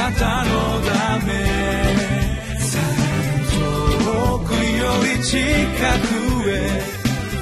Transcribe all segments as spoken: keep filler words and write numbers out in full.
なたのため遠くより近くへ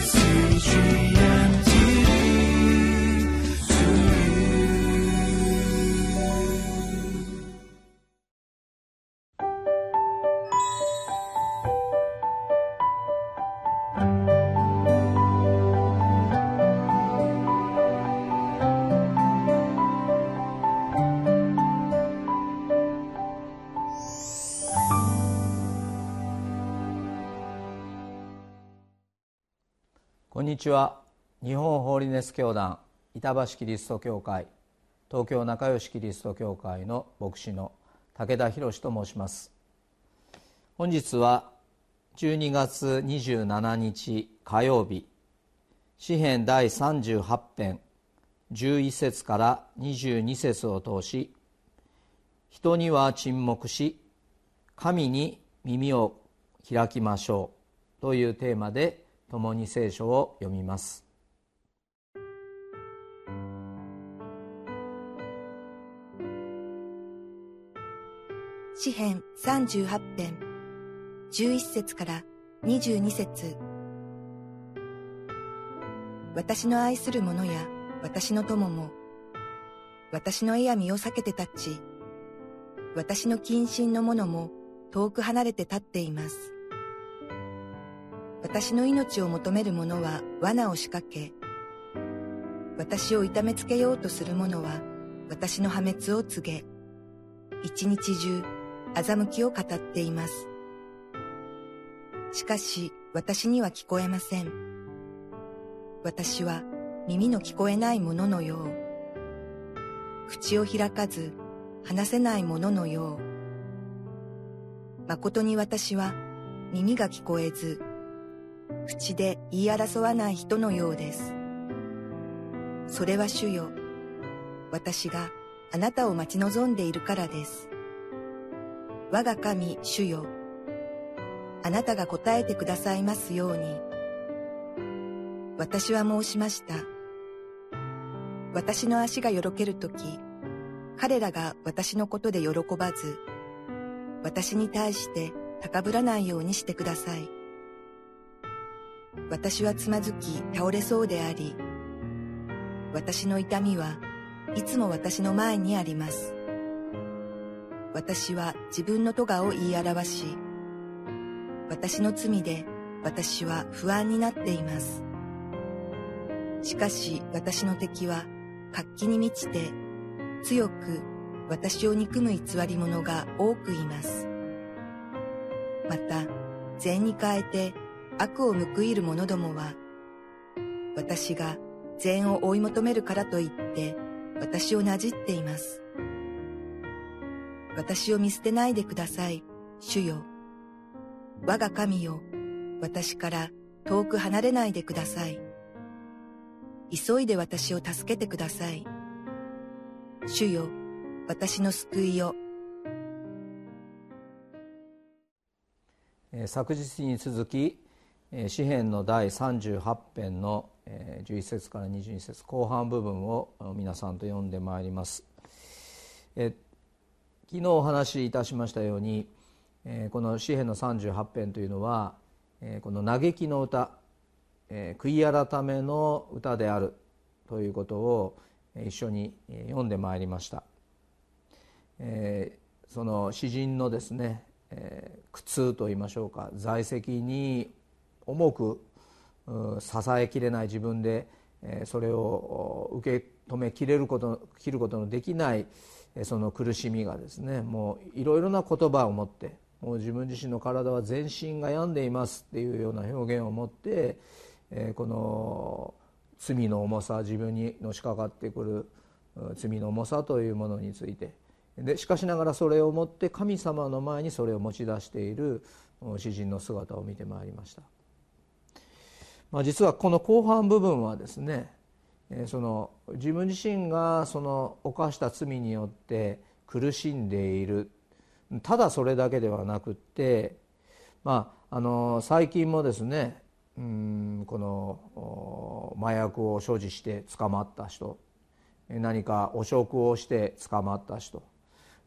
こんにちは。日本ホーリネス教団板橋キリスト教会東京仲良しキリスト教会の牧師の武田博と申します。本日はじゅうにがつにじゅうしちにち火曜日、詩編だいさんじゅうはち編じゅういっ節からにじゅうに節を通し、人には沈黙し神に耳を開きましょうというテーマで共に聖書を読みます。 詩編さんじゅうはち編じゅういっ節からにじゅうに節。私の愛する者や私の友も私の嫌味を避けて立ち、私の近親の者も遠く離れて立っています。私の命を求める者は罠を仕掛け、私を痛めつけようとする者は私の破滅を告げ、一日中欺きを語っています。しかし私には聞こえません。私は耳の聞こえないもののよう、口を開かず話せないもののよう。まことに私は耳が聞こえず、口で言い争わない人のようです。それは主よ、私があなたを待ち望んでいるからです。我が神主よ、あなたが答えてくださいますように。私は申しました。私の足がよろけるとき、彼らが私のことで喜ばず、私に対して高ぶらないようにしてください。私はつまずき倒れそうであり、私の痛みはいつも私の前にあります。私は自分の咎を言い表し、私の罪で私は不安になっています。しかし私の敵は活気に満ちて、強く私を憎む偽り者が多くいます。また善に変えて悪を報いる者どもは、私が善を追い求めるからといって私をなじっています。私を見捨てないでください、主よ。我が神よ、私から遠く離れないでください。急いで私を助けてください。主よ、私の救いよ。 昨日に続き、詩編のだいさんじゅうはち編のじゅういっ節からにじゅうに節後半部分を皆さんと読んでまいります。え昨日お話しいたしましたように、この詩編のさんじゅうはち編というのはこの嘆きの歌、悔い改めの歌であるということを一緒に読んでまいりました。その詩人のですね、苦痛といいましょうか、在籍に重く支えきれない自分でそれを受け止めきれること切ることのできないその苦しみがですね、もういろいろな言葉を持って、もう自分自身の体は全身が病んでいますっていうような表現を持って、この罪の重さ、自分にのしかかってくる罪の重さというものについてで、しかしながらそれをもって神様の前にそれを持ち出している詩人の姿を見てまいりました。まあ、実はこの後半部分はですね、その自分自身がその犯した罪によって苦しんでいる、ただそれだけではなくって、まあ、あの最近もですね、うんこの麻薬を所持して捕まった人、何か汚職をして捕まった人、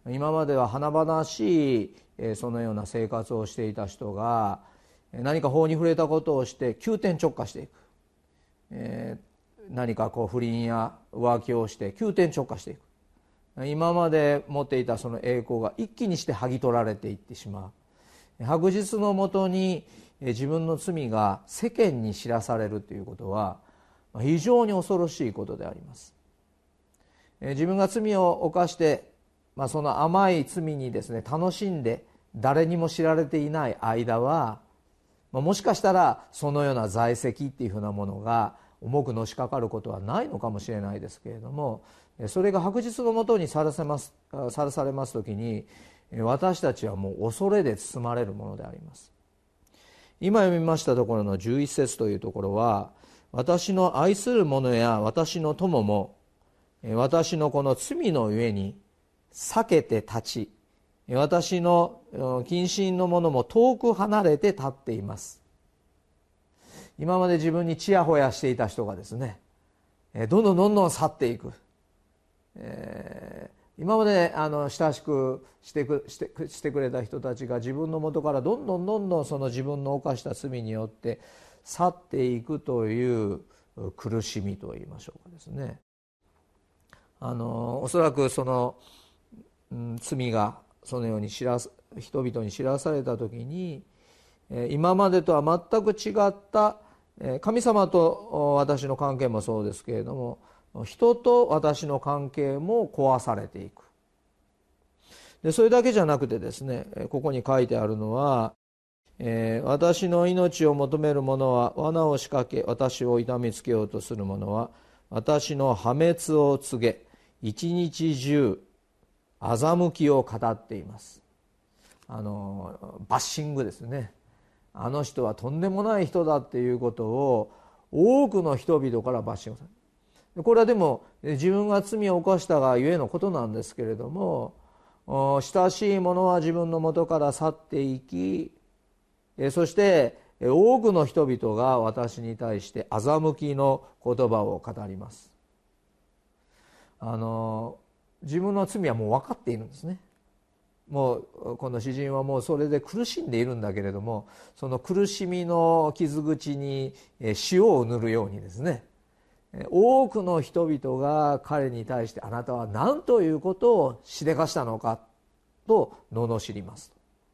今までは華々しいそのような生活をしていた人が何か法に触れたことをして急転直下していく、えー、何かこう不倫や浮気をして急転直下していく、今まで持っていたその栄光が一気にして剥ぎ取られていってしまう。白日のもとに自分の罪が世間に知らされるということは非常に恐ろしいことであります。自分が罪を犯して、まあ、その甘い罪にですね楽しんで誰にも知られていない間は、まあ、もしかしたらそのような在籍っていうふうなものが重くのしかかることはないのかもしれないですけれども、それが白日のもとにさらされます、さらされますときに私たちはもう恐れで包まれるものであります。今読みましたところのじゅういち節というところは、私の愛する者や私の友も私のこの罪の上に避けて立ち、私の近親の者も遠く離れて立っています。今まで自分にちやほやしていた人がですね、どんどんどんどん去っていく、えー、今まであの親しくしてく、して、してくれた人たちが自分の元からどんどんどんどんその自分の犯した罪によって去っていくという苦しみといいましょうかですね。あのおそらくその、うん、罪がそのように知ら人々に知らされた時に、今までとは全く違った神様と私の関係もそうですけれども、人と私の関係も壊されていく。でそれだけじゃなくてですね、ここに書いてあるのは、えー、私の命を求める者は罠を仕掛け、私を痛めつけようとする者は私の破滅を告げ、一日中欺きを語っています。あのバッシングですね。あの人はとんでもない人だっていうことを多くの人々からバッシングされる。これはでも自分が罪を犯したがゆえのことなんですけれども、親しい者は自分の元から去っていき、そして多くの人々が私に対して欺きの言葉を語ります。あの自分の罪はもう分かっているんですね。もうこの詩人はもうそれで苦しんでいるんだけれども、その苦しみの傷口に塩を塗るようにですね、多くの人々が彼に対してあなたは何ということをしでかしたのかと罵ります。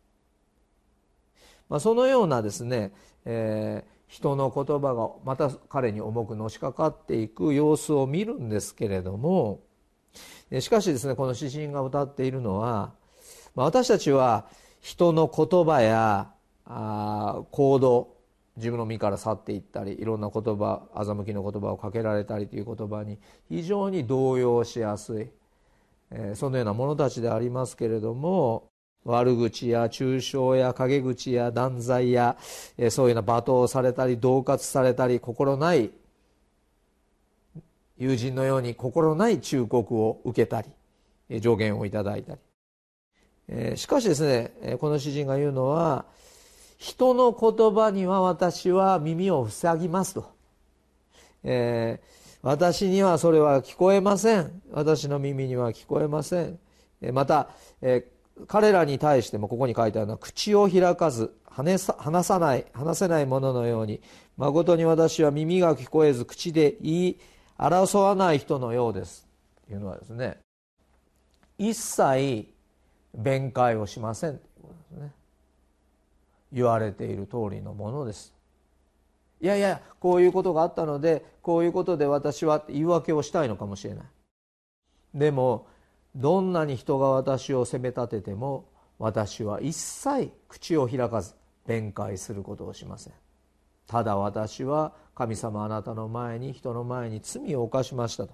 まあ、そのようなですね、えー、人の言葉がまた彼に重くのしかかっていく様子を見るんですけれども、しかしですね、この詩人が歌っているのは、私たちは人の言葉やあ行動、自分の身から去っていったり、いろんな言葉、欺きの言葉をかけられたりという言葉に非常に動揺しやすい、えー、そのような者たちでありますけれども、悪口や中傷や陰口や断罪や、えー、そういうような罵倒されたり恫喝されたり、心ない友人のように心ない忠告を受けたり、えー、助言をいただいたり、えー、しかしですね、えー、この詩人が言うのは、人の言葉には私は耳を塞ぎますと、えー、私にはそれは聞こえません。私の耳には聞こえません。えー、また、えー彼らに対してもここに書いてあるのは、口を開かず話さ、話さない話せないもののように、誠に私は耳が聞こえず口で言い争わない人のようですというのはですね、一切弁解をしませんということですね。言われている通りのものです。いやいやこういうことがあったので、こういうことで私はって言い訳をしたいのかもしれない。でもどんなに人が私を責め立てても、私は一切口を開かず弁解することをしません。ただ私は神様あなたの前に、人の前に罪を犯しましたと。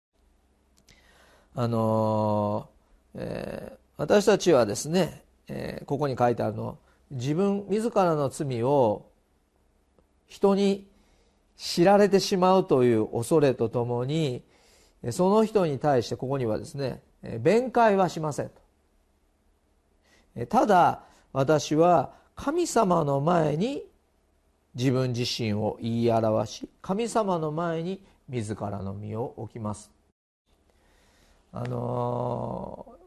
あのーえー、私たちはですね、えー、ここに書いてあるの、自分自らの罪を人に知られてしまうという恐れとともに、その人に対してここにはですね、弁解はしませんと。ただ私は神様の前に自分自身を言い表し、神様の前に自らの身を置きます。あの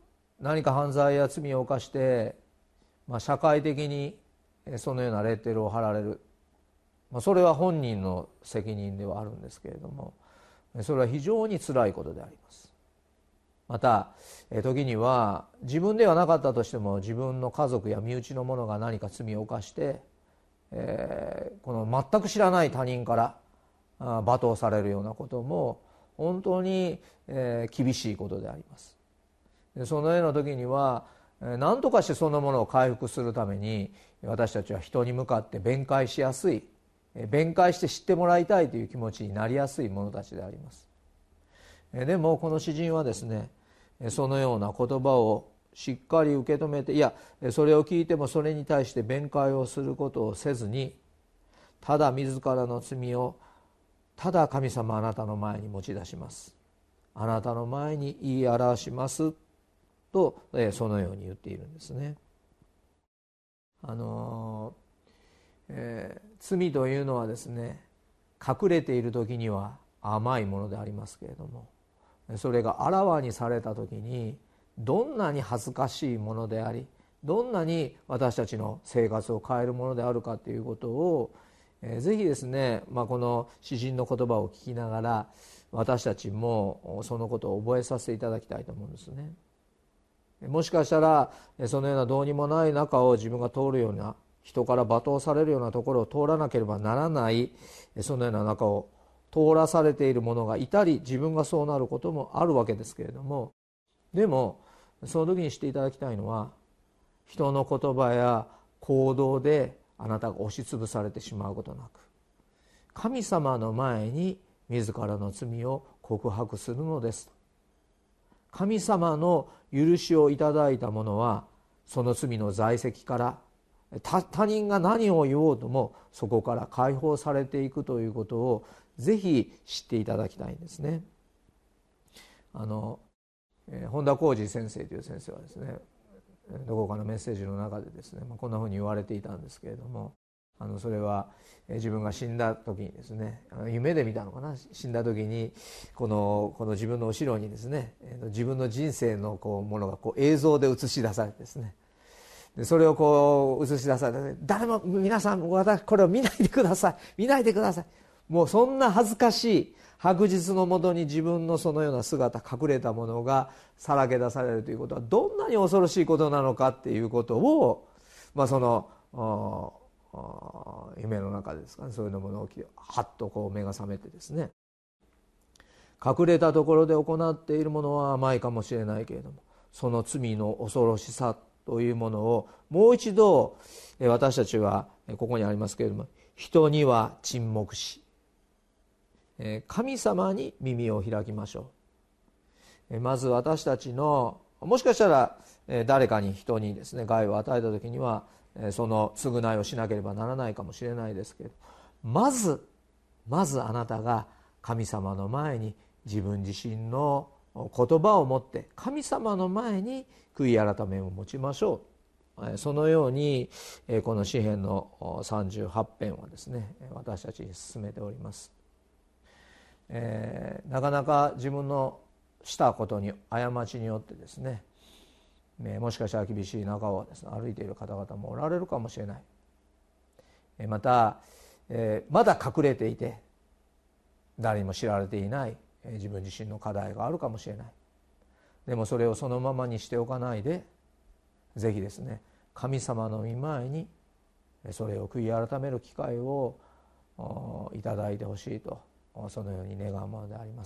何か犯罪や罪を犯して、まあ、社会的にそのようなレッテルを貼られる、まあ、それは本人の責任ではあるんですけれども、それは非常につらいことであります。また時には自分ではなかったとしても、自分の家族や身内の者が何か罪を犯して、えー、この全く知らない他人から罵倒されるようなことも本当に、えー、厳しいことであります。でそのような時には何とかしてそのものを回復するために、私たちは人に向かって弁解しやすい、弁解して知ってもらいたいという気持ちになりやすい者たちであります。でもこの詩人はですね、そのような言葉をしっかり受け止めて、いやそれを聞いてもそれに対して弁解をすることをせずに、ただ自らの罪をただ神様あなたの前に持ち出します、あなたの前に言い表しますと、そのように言っているんですね。あの、えー、罪というのはですね、隠れている時には甘いものでありますけれども、それがあらわにされた時にどんなに恥ずかしいものであり、どんなに私たちの生活を変えるものであるかということを、えー、ぜひですね、まあ、この詩人の言葉を聞きながら、私たちもそのことを覚えさせていただきたいと思うんですね。もしかしたらそのようなどうにもない中を自分が通るような、人から罵倒されるようなところを通らなければならない、そのような中を通らされている者がいたり、自分がそうなることもあるわけですけれども、でもその時に知っていただきたいのは、人の言葉や行動であなたが押しつぶされてしまうことなく、神様の前に自らの罪を告白するのです。神様の許しをいただいた者は、その罪の在籍から他, 他人が何を言おうともそこから解放されていくということをぜひ知っていただきたいんですね。あの、えー、本田浩二先生という先生はですね、どこかのメッセージの中でですね、まあ、こんなふうに言われていたんですけれども、あのそれは自分が死んだ時にですね、夢で見たのかな、死んだ時にこのこの自分の後ろにですね、自分の人生のこうものがこう映像で映し出されてですね、でそれをこう映し出されて、誰も皆さん私これを見ないでください、見ないでください、もうそんな恥ずかしい白日のもとに自分のそのような姿、隠れたものがさらけ出されるということはどんなに恐ろしいことなのかっていうことを、まあその夢の中でですかね、そういうものをはっとこう目が覚めてですね、隠れたところで行っているものは甘いかもしれないけれども、その罪の恐ろしさというものをもう一度私たちはここにありますけれども、人には沈黙し神様に耳を開きましょう。まず私たちの、もしかしたら誰かに人にですね害を与えた時にはその償いをしなければならないかもしれないですけれど、まずまずあなたが神様の前に自分自身の言葉を持って神様の前に悔い改めを持ちましょう。そのようにこの詩編のさんじゅうはち編はですね、私たちに進めております。えー、なかなか自分のしたことに過ちによってですね、もしかしたら厳しい中をですね歩いている方々もおられるかもしれない。また、えー、まだ隠れていて誰にも知られていない自分自身の課題があるかもしれない。でもそれをそのままにしておかないで、ぜひですね神様の御前にそれを悔い改める機会をいただいてほしいと、そのように願うものであります。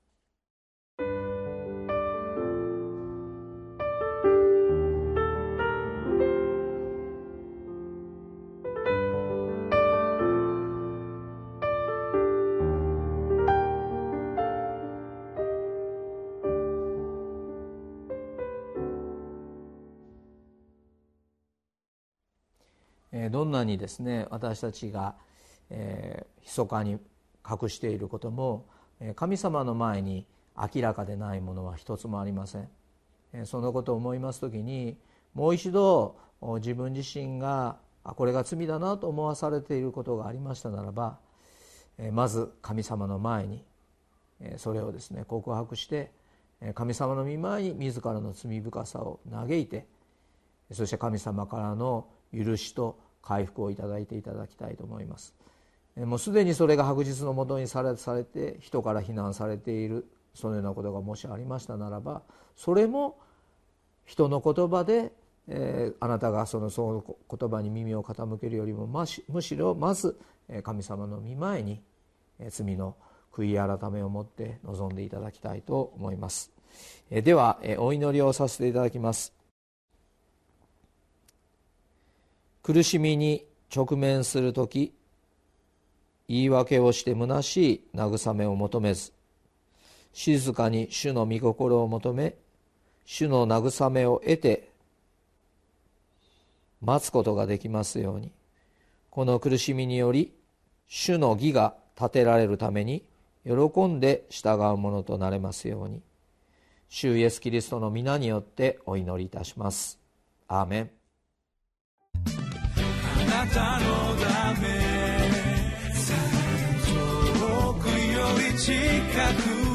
どんなにですね私たちが、えー、密かに隠していることも神様の前に明らかでないものは一つもありません。そのことを思いますときに、もう一度自分自身がこれが罪だなと思わされていることがありましたならば、まず神様の前にそれをですね告白して神様の御前に自らの罪深さを嘆いて、そして神様からの許しと回復をいただいていただきたいと思います。もうすでにそれが白日のもとにされされて人から非難されている、そのようなことがもしありましたならば、それも人の言葉で、えー、あなたがそのその言葉に耳を傾けるよりもましむしろまず神様の御前に罪の悔い改めを持って臨んでいただきたいと思います。えー、ではお祈りをさせていただきます。苦しみに直面するとき、言い訳をして虚しい慰めを求めず、静かに主の御心を求め、主の慰めを得て待つことができますように、この苦しみにより主の義が立てられるために喜んで従うものとなれますように、主イエスキリストの皆によってお祈りいたします。アーメン。 あなたのため遠くより近く